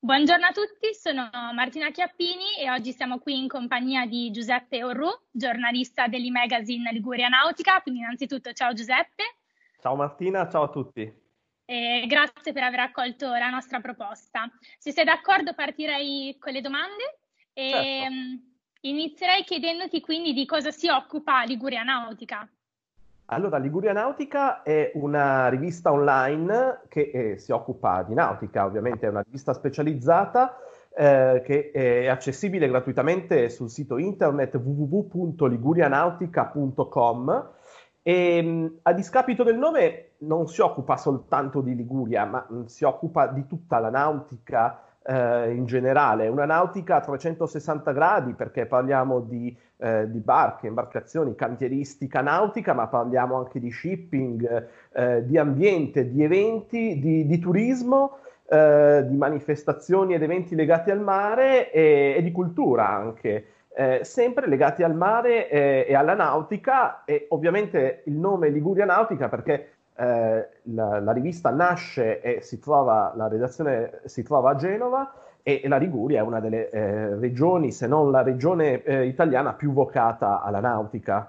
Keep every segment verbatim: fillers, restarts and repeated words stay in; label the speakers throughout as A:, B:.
A: Buongiorno a tutti, sono Martina Chiappini e oggi siamo qui in compagnia di Giuseppe Orru, giornalista dell'e-magazine Liguria Nautica. Quindi innanzitutto ciao Giuseppe.
B: Ciao Martina, ciao a tutti.
A: E grazie per aver accolto la nostra proposta. Se sei d'accordo partirei con le domande e
B: Certo.
A: um, inizierei chiedendoti quindi di cosa si occupa Liguria Nautica.
B: Allora, Liguria Nautica è una rivista online che eh, si occupa di nautica, ovviamente è una rivista specializzata eh, che è accessibile gratuitamente sul sito internet w w w punto ligurianautica punto com e mh, a discapito del nome non si occupa soltanto di Liguria, ma mh, si occupa di tutta la nautica eh, in generale, una nautica a trecentosessanta gradi perché parliamo di eh, di barche, imbarcazioni, cantieristica nautica, ma parliamo anche di shipping, eh, di ambiente, di eventi, di, di turismo, eh, di manifestazioni ed eventi legati al mare e, e di cultura anche. Eh, sempre legati al mare e, e alla nautica e ovviamente il nome Liguria Nautica perché eh, la, la rivista nasce e si trova, la redazione si trova a Genova e la Liguria è una delle eh, regioni, se non la regione eh, italiana più vocata alla nautica.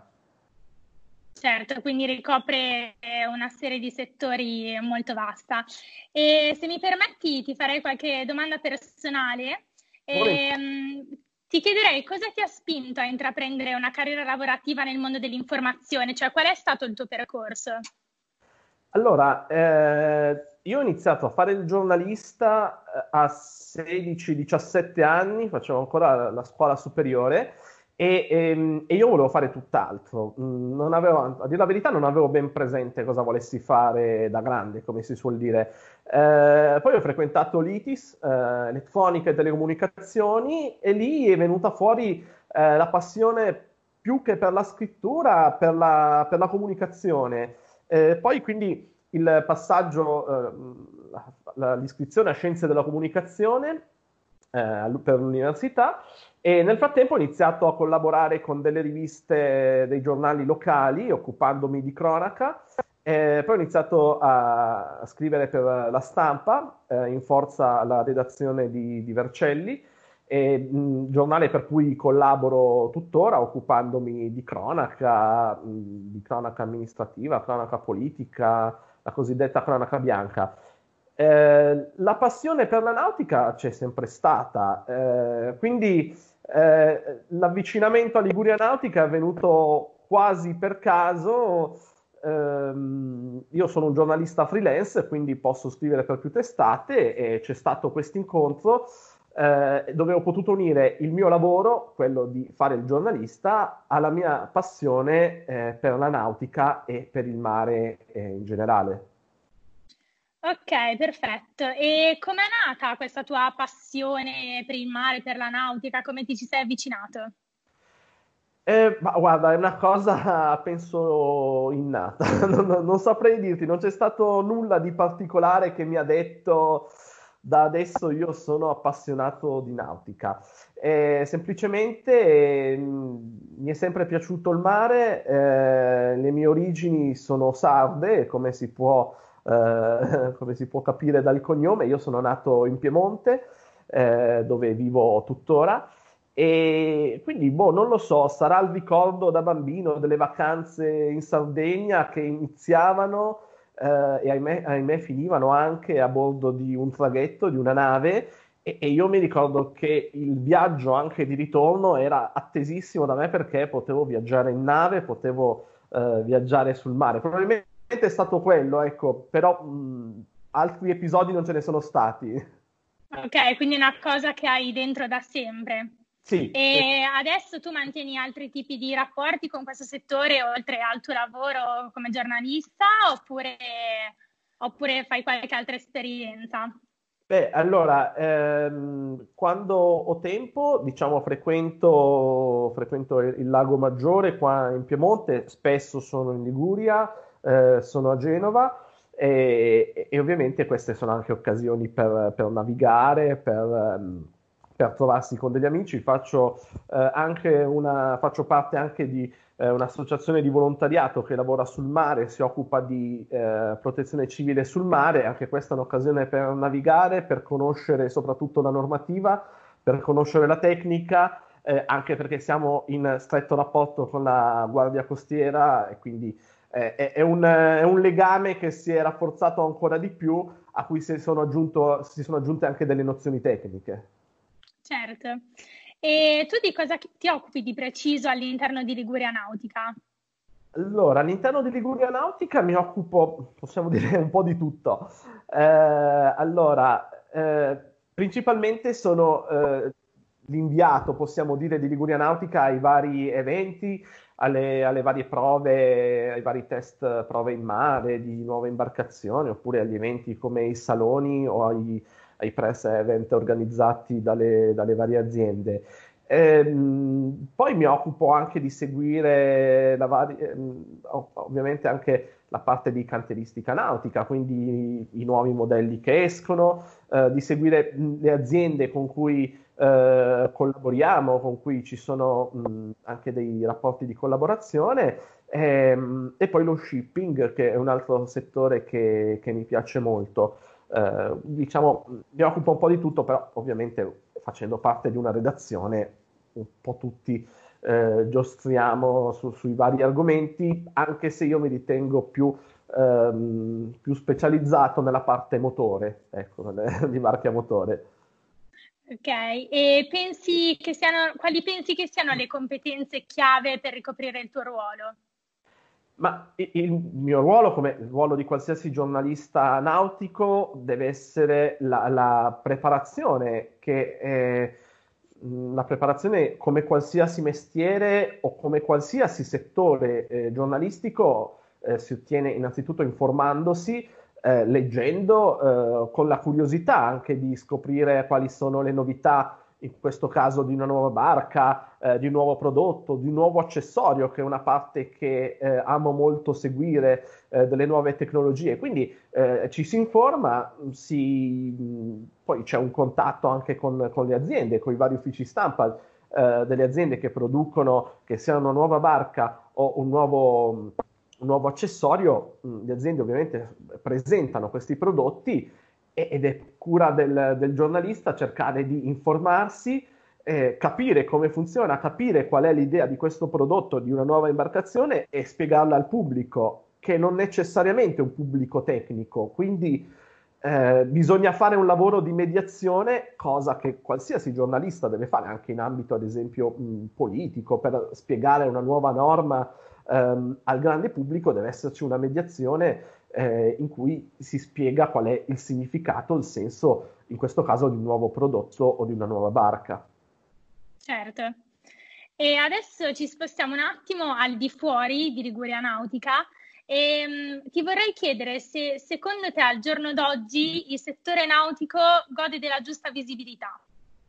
A: Certo, quindi ricopre una serie di settori molto vasta. E se mi permetti, ti farei qualche domanda personale. E, ti chiederei cosa ti ha spinto a intraprendere una carriera lavorativa nel mondo dell'informazione, cioè qual è stato il tuo percorso?
B: Allora, eh, io ho iniziato a fare il giornalista eh, a sedici diciassette anni, facevo ancora la scuola superiore e, ehm, e io volevo fare tutt'altro. Mm, Non avevo, a dire la verità, non avevo ben presente cosa volessi fare da grande, come si suol dire. Eh, poi ho frequentato l'I T I S, eh, elettronica e telecomunicazioni, e lì è venuta fuori eh, la passione più che per la scrittura, per la, per la comunicazione. Eh, poi quindi il passaggio, eh, la- l'iscrizione a Scienze della Comunicazione eh, per l'università e nel frattempo ho iniziato a collaborare con delle riviste, dei giornali locali, occupandomi di cronaca. Eh, poi ho iniziato a, a scrivere per la stampa, eh, in forza alla redazione di, di Vercelli, e, mh, giornale per cui collaboro tuttora, occupandomi di cronaca, mh, di cronaca amministrativa, cronaca politica, la cosiddetta cronaca bianca. Eh, la passione per la nautica c'è sempre stata, eh, quindi eh, l'avvicinamento a Liguria Nautica è avvenuto quasi per caso. Ehm, io sono un giornalista freelance, quindi posso scrivere per più testate e c'è stato questo incontro eh, dove ho potuto unire il mio lavoro, quello di fare il giornalista, alla mia passione eh, per la nautica e per il mare eh, in generale.
A: Ok, perfetto. E com'è nata questa tua passione per il mare, per la nautica? Come ti ci sei avvicinato?
B: Eh, ma guarda, è una cosa penso innata, non, non- non saprei dirti, non c'è stato nulla di particolare che mi ha detto da adesso io sono appassionato di nautica. Eh, semplicemente eh, mi è sempre piaciuto il mare, eh, le mie origini sono sarde, come si può, eh, come si può capire dal cognome, io sono nato in Piemonte, eh, dove vivo tuttora. E quindi, boh, non lo so, sarà il ricordo da bambino delle vacanze in Sardegna che iniziavano eh, e ahimè, ahimè finivano anche a bordo di un traghetto, di una nave, e, e io mi ricordo che il viaggio anche di ritorno era attesissimo da me perché potevo viaggiare in nave, potevo eh, viaggiare sul mare. Probabilmente è stato quello, ecco, però mh, altri episodi non ce ne sono stati.
A: Ok, quindi è una cosa che hai dentro da sempre.
B: Sì, sì.
A: E adesso tu mantieni altri tipi di rapporti con questo settore oltre al tuo lavoro come giornalista oppure, oppure fai qualche altra esperienza?
B: Beh, allora, ehm, quando ho tempo, diciamo, frequento, frequento il, il Lago Maggiore qua in Piemonte, spesso sono in Liguria, eh, sono a Genova e, e ovviamente queste sono anche occasioni per, per navigare, per, ehm, per trovarsi con degli amici. Faccio, eh, anche una, faccio parte anche di eh, un'associazione di volontariato che lavora sul mare, si occupa di eh, protezione civile sul mare. Anche questa è un'occasione per navigare, per conoscere soprattutto la normativa, per conoscere la tecnica, eh, anche perché siamo in stretto rapporto con la Guardia Costiera e quindi eh, è, è, un, è un legame che si è rafforzato ancora di più, a cui si sono, aggiunto, si sono aggiunte anche delle nozioni tecniche.
A: Certo. E tu di cosa ti occupi di preciso all'interno di Liguria Nautica?
B: Allora, all'interno di Liguria Nautica mi occupo, possiamo dire, un po' di tutto. Eh, allora, eh, principalmente sono eh, l'inviato, possiamo dire, di Liguria Nautica ai vari eventi, alle, alle varie prove, ai vari test prove in mare di nuove imbarcazioni, oppure agli eventi come i saloni o ai, ai press event organizzati dalle, dalle varie aziende. Ehm, poi mi occupo anche di seguire la vari- ehm, ov- ovviamente anche la parte di cantieristica nautica, quindi i, i nuovi modelli che escono, eh, di seguire mh, le aziende con cui eh, collaboriamo, con cui ci sono mh, anche dei rapporti di collaborazione, ehm, e poi lo shipping, che è un altro settore che, che mi piace molto. Eh, diciamo, mi occupo un po' di tutto, però ovviamente facendo parte di una redazione, un po' tutti eh, giostriamo su- sui vari argomenti, anche se io mi ritengo più, ehm, più specializzato nella parte motore, ecco, di marchia motore.
A: Ok, e pensi che siano, quali pensi che siano le competenze chiave per ricoprire il tuo ruolo?
B: Ma i- il mio ruolo, come il ruolo di qualsiasi giornalista nautico, deve essere la, la preparazione, che è mh, la preparazione come qualsiasi mestiere o come qualsiasi settore eh, giornalistico eh, si ottiene innanzitutto informandosi, eh, leggendo, eh, con la curiosità anche di scoprire quali sono le novità, in questo caso di una nuova barca, eh, di un nuovo prodotto, di un nuovo accessorio, che è una parte che eh, amo molto seguire, eh, delle nuove tecnologie. Quindi eh, ci si informa, si, poi c'è un contatto anche con, con le aziende, con i vari uffici stampa eh, delle aziende che producono, che sia una nuova barca o un nuovo, un nuovo accessorio. Le aziende ovviamente presentano questi prodotti ed è cura del, del giornalista cercare di informarsi, eh, capire come funziona, capire qual è l'idea di questo prodotto, di una nuova imbarcazione, e spiegarla al pubblico, che non necessariamente è un pubblico tecnico. Quindi eh, bisogna fare un lavoro di mediazione, cosa che qualsiasi giornalista deve fare anche in ambito, ad esempio, mh, politico, per spiegare una nuova norma ehm, al grande pubblico. Deve esserci una mediazione eh, in cui si spiega qual è il significato, il senso, in questo caso, di un nuovo prodotto o di una nuova barca.
A: Certo. E adesso ci spostiamo un attimo al di fuori di Liguria Nautica e mh, ti vorrei chiedere se secondo te al giorno d'oggi il settore nautico gode della giusta visibilità.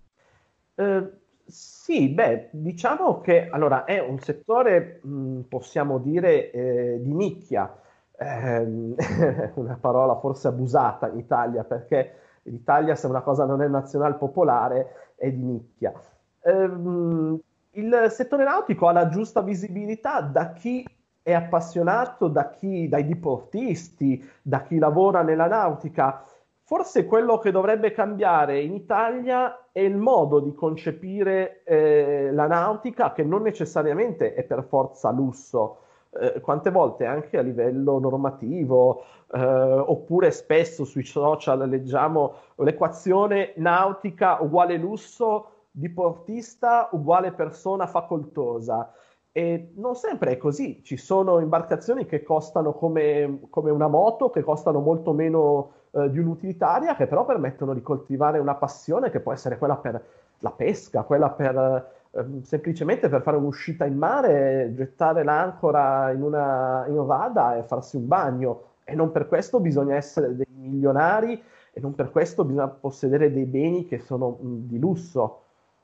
B: Eh, sì, beh, diciamo che allora è un settore, mh, possiamo dire, eh, di nicchia. Ehm, una parola forse abusata in Italia, perché l'Italia, se una cosa non è nazional popolare, è di nicchia. Ehm, il settore nautico ha la giusta visibilità da chi è appassionato, da chi, dai diportisti, da chi lavora nella nautica. Forse quello che dovrebbe cambiare in Italia è il modo di concepire eh, la nautica, che non necessariamente è per forza lusso. Eh, quante volte anche a livello normativo, eh, oppure spesso sui social leggiamo l'equazione nautica uguale lusso, diportista uguale persona facoltosa. E non sempre è così. Ci sono imbarcazioni che costano come, come una moto, che costano molto meno eh, di un'utilitaria, che però permettono di coltivare una passione che può essere quella per la pesca, quella per eh, semplicemente per fare un'uscita in mare, gettare l'ancora in una in rada e farsi un bagno. E non per questo bisogna essere dei milionari, e non per questo bisogna possedere dei beni che sono mh, di lusso.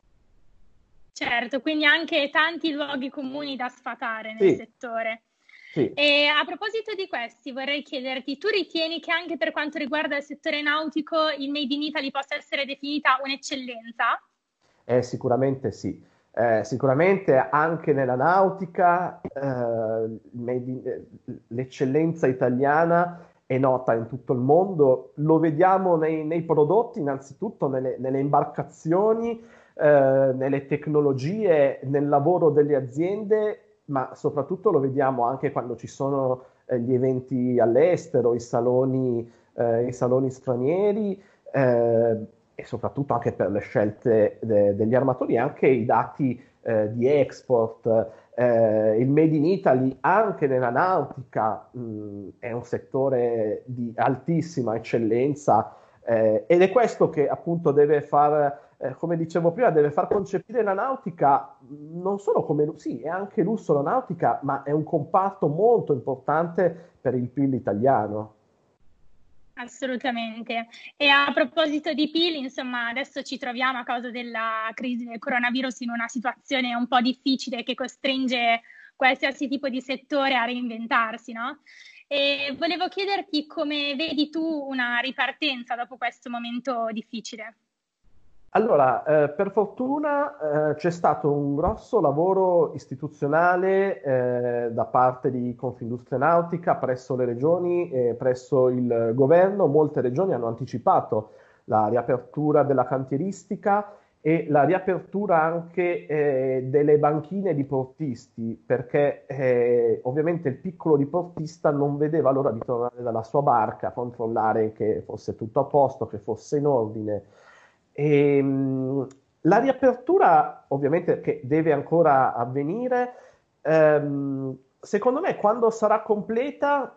A: Certo, quindi anche tanti luoghi comuni da sfatare nel
B: Sì,
A: settore.
B: sì.
A: E a proposito di questi, vorrei chiederti, tu ritieni che anche per quanto riguarda il settore nautico il Made in Italy possa essere definita un'eccellenza?
B: Eh, sicuramente sì. Eh, sicuramente anche nella nautica eh, made in- eh, l'eccellenza italiana è nota in tutto il mondo, lo vediamo nei, nei prodotti, innanzitutto nelle, nelle imbarcazioni, eh, nelle tecnologie, nel lavoro delle aziende, ma soprattutto lo vediamo anche quando ci sono eh, gli eventi all'estero, i saloni, eh, i saloni stranieri. eh, e soprattutto anche per le scelte de- degli armatori, anche i dati eh, di export, eh, il Made in Italy anche nella nautica mh, è un settore di altissima eccellenza eh, ed è questo che appunto deve far, eh, come dicevo prima, deve far concepire la nautica mh, non solo come, sì, è anche lusso la nautica, ma è un comparto molto importante per il P I L italiano.
A: Assolutamente. E a proposito di P I L, insomma, adesso ci troviamo a causa della crisi del coronavirus in una situazione un po' difficile che costringe qualsiasi tipo di settore a reinventarsi, no? E volevo chiederti come vedi tu una ripartenza dopo questo momento difficile.
B: Allora, eh, per fortuna eh, c'è stato un grosso lavoro istituzionale eh, da parte di Confindustria Nautica presso le regioni e presso il governo. Molte regioni hanno anticipato la riapertura della cantieristica e la riapertura anche eh, delle banchine di portisti, perché eh, ovviamente il piccolo diportista non vedeva l'ora di tornare dalla sua barca, controllare che fosse tutto a posto, che fosse in ordine. E, mh, la riapertura, ovviamente, che deve ancora avvenire, ehm, secondo me, quando sarà completa,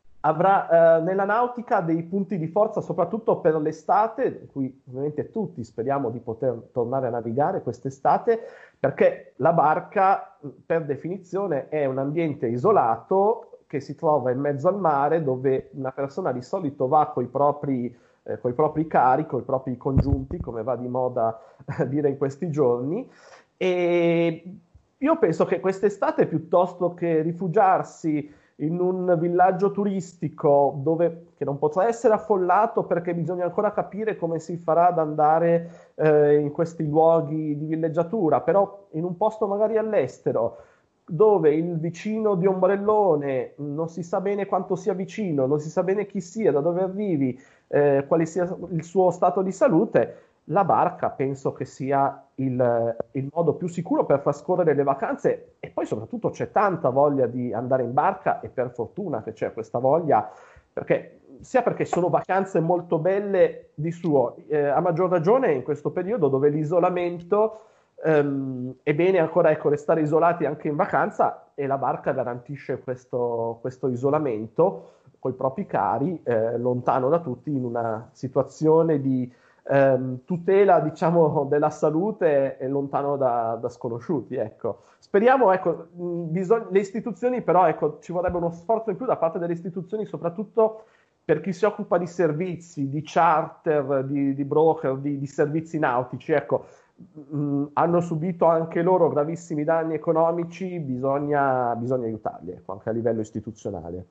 B: avrà eh, nella nautica dei punti di forza, soprattutto per l'estate, in cui ovviamente tutti speriamo di poter tornare a navigare quest'estate, perché la barca, per definizione, è un ambiente isolato che si trova in mezzo al mare, dove una persona di solito va con i propri eh, con i propri cari, con i propri congiunti, come va di moda dire in questi giorni. E io penso che quest'estate, piuttosto che rifugiarsi in un villaggio turistico dove, che non potrà essere affollato perché bisogna ancora capire come si farà ad andare eh, in questi luoghi di villeggiatura, però in un posto magari all'estero, dove il vicino di ombrellone non si sa bene quanto sia vicino, non si sa bene chi sia, da dove arrivi, eh, quale sia il suo stato di salute, la barca penso che sia il, il modo più sicuro per far scorrere le vacanze e poi soprattutto c'è tanta voglia di andare in barca e per fortuna che c'è questa voglia, perché, sia perché sono vacanze molto belle di suo, eh, a maggior ragione in questo periodo dove l'isolamento ehm, è bene ancora ecco, restare isolati anche in vacanza e la barca garantisce questo, questo isolamento con i propri cari, eh, lontano da tutti, in una situazione di ehm, tutela, diciamo, della salute e lontano da, da sconosciuti, ecco. Speriamo, ecco, mh, bisog- le istituzioni però, ecco, ci vorrebbe uno sforzo in più da parte delle istituzioni, soprattutto per chi si occupa di servizi, di charter, di, di broker, di, di servizi nautici, ecco, mh, hanno subito anche loro gravissimi danni economici, bisogna, bisogna aiutarli, ecco, anche a livello istituzionale.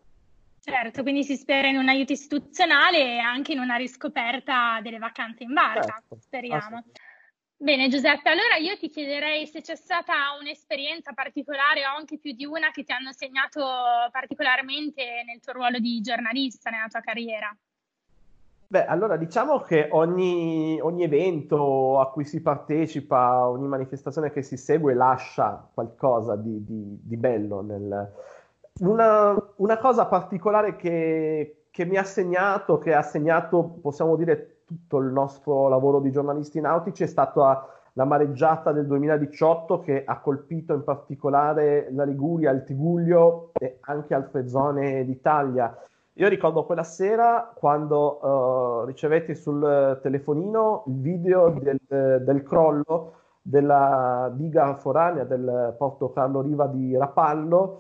A: Certo, quindi si spera in un aiuto istituzionale e anche in una riscoperta delle vacanze in barca,
B: Certo,
A: speriamo.
B: assolutamente.
A: Bene, Giuseppe, allora io ti chiederei se c'è stata un'esperienza particolare o anche più di una che ti hanno segnato particolarmente nel tuo ruolo di giornalista, nella tua carriera.
B: Beh, allora diciamo che ogni, ogni evento a cui si partecipa, ogni manifestazione che si segue lascia qualcosa di, di- di bello. Nel... Una, una cosa particolare che, che mi ha segnato, che ha segnato, possiamo dire, tutto il nostro lavoro di giornalisti nautici è stata la mareggiata del duemiladiciotto che ha colpito in particolare la Liguria, il Tigullio e anche altre zone d'Italia. Io ricordo quella sera quando eh, ricevetti sul telefonino il video del, del crollo della diga foranea del Porto Carlo Riva di Rapallo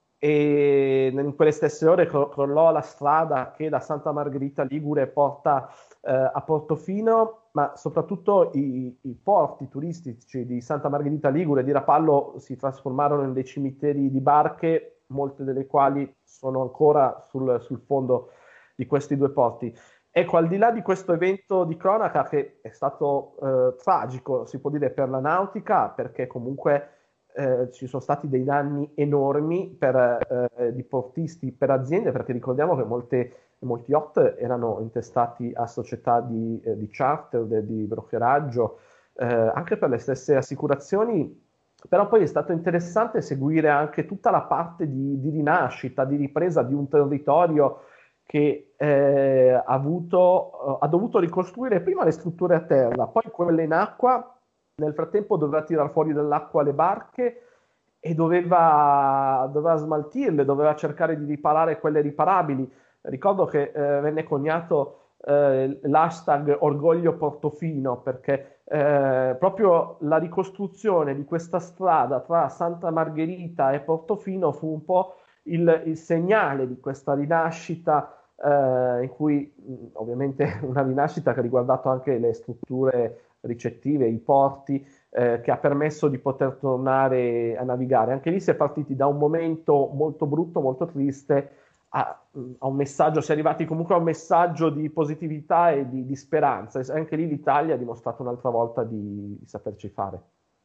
B: e in quelle stesse ore cro- crollò la strada che da Santa Margherita Ligure porta eh, a Portofino, ma soprattutto i, i porti turistici di Santa Margherita Ligure e di Rapallo si trasformarono in dei cimiteri di barche, molte delle quali sono ancora sul, sul fondo di questi due porti. Ecco, al di là di questo evento di cronaca che è stato eh, tragico, si può dire, per la nautica, perché comunque eh, ci sono stati dei danni enormi per eh, diportisti, per aziende, perché ricordiamo che molte, molti yacht erano intestati a società di, eh, di charter, de, di brokeraggio, eh, anche per le stesse assicurazioni. Però poi è stato interessante seguire anche tutta la parte di, di rinascita, di ripresa di un territorio che eh, ha, avuto, ha dovuto ricostruire prima le strutture a terra, poi quelle in acqua. Nel frattempo doveva tirare fuori dall'acqua le barche e doveva, doveva smaltirle, doveva cercare di riparare quelle riparabili. Ricordo che eh, venne coniato eh, l'hashtag Orgoglio Portofino, perché eh, proprio la ricostruzione di questa strada tra Santa Margherita e Portofino fu un po' il, il segnale di questa rinascita, eh, in cui mh, ovviamente una rinascita che ha riguardato anche le strutture ricettive, i porti, eh, che ha permesso di poter tornare a navigare. Anche lì si è partiti da un momento molto brutto, molto triste, a, a un messaggio, si è arrivati comunque a un messaggio di positività e di, di speranza. E anche lì l'Italia ha dimostrato un'altra volta di, di saperci fare.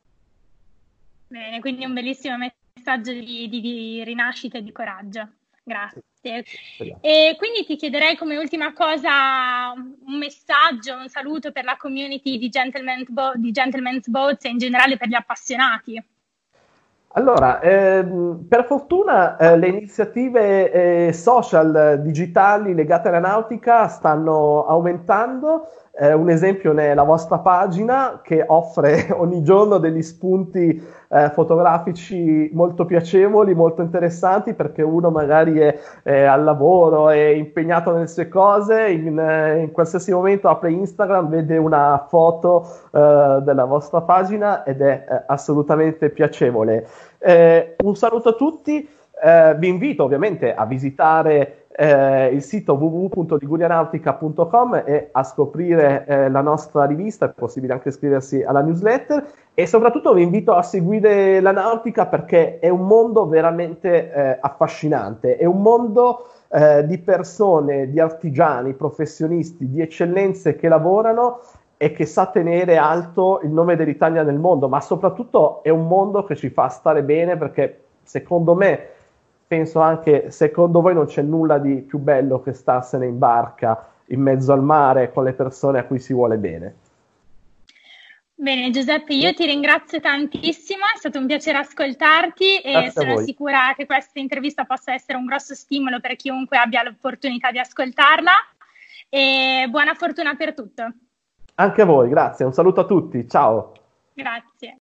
A: Bene, quindi un bellissimo messaggio di, di, di rinascita e di coraggio. Grazie. Sì, e quindi ti chiederei come ultima cosa un messaggio, un saluto per la community di Gentleman's, Bo- di Gentleman's Boats e in generale per gli appassionati.
B: Allora, ehm, per fortuna eh, le iniziative eh, social digitali legate alla nautica stanno aumentando. Eh, un esempio ne è la vostra pagina, che offre ogni giorno degli spunti eh, fotografici molto piacevoli, molto interessanti, perché uno magari è, è al lavoro, è impegnato nelle sue cose, in, in qualsiasi momento apre Instagram, vede una foto eh, della vostra pagina ed è eh, assolutamente piacevole. Eh, un saluto a tutti, eh, vi invito ovviamente a visitare eh, il sito w w w punto ligulianautica punto com e a scoprire eh, la nostra rivista, è possibile anche iscriversi alla newsletter, e soprattutto vi invito a seguire la nautica, perché è un mondo veramente eh, affascinante, è un mondo eh, di persone, di artigiani, professionisti, di eccellenze che lavorano e che sa tenere alto il nome dell'Italia nel mondo, ma soprattutto è un mondo che ci fa stare bene, perché secondo me, penso anche secondo voi, non c'è nulla di più bello che starsene in barca in mezzo al mare con le persone a cui si vuole bene.
A: Bene Giuseppe, io ti ringrazio tantissimo, è stato un piacere ascoltarti e
B: Grazie
A: sono sicura che questa intervista possa essere un grosso stimolo per chiunque abbia l'opportunità di ascoltarla, e buona fortuna per tutto.
B: Anche a voi, grazie, un saluto a tutti, ciao.
A: Grazie.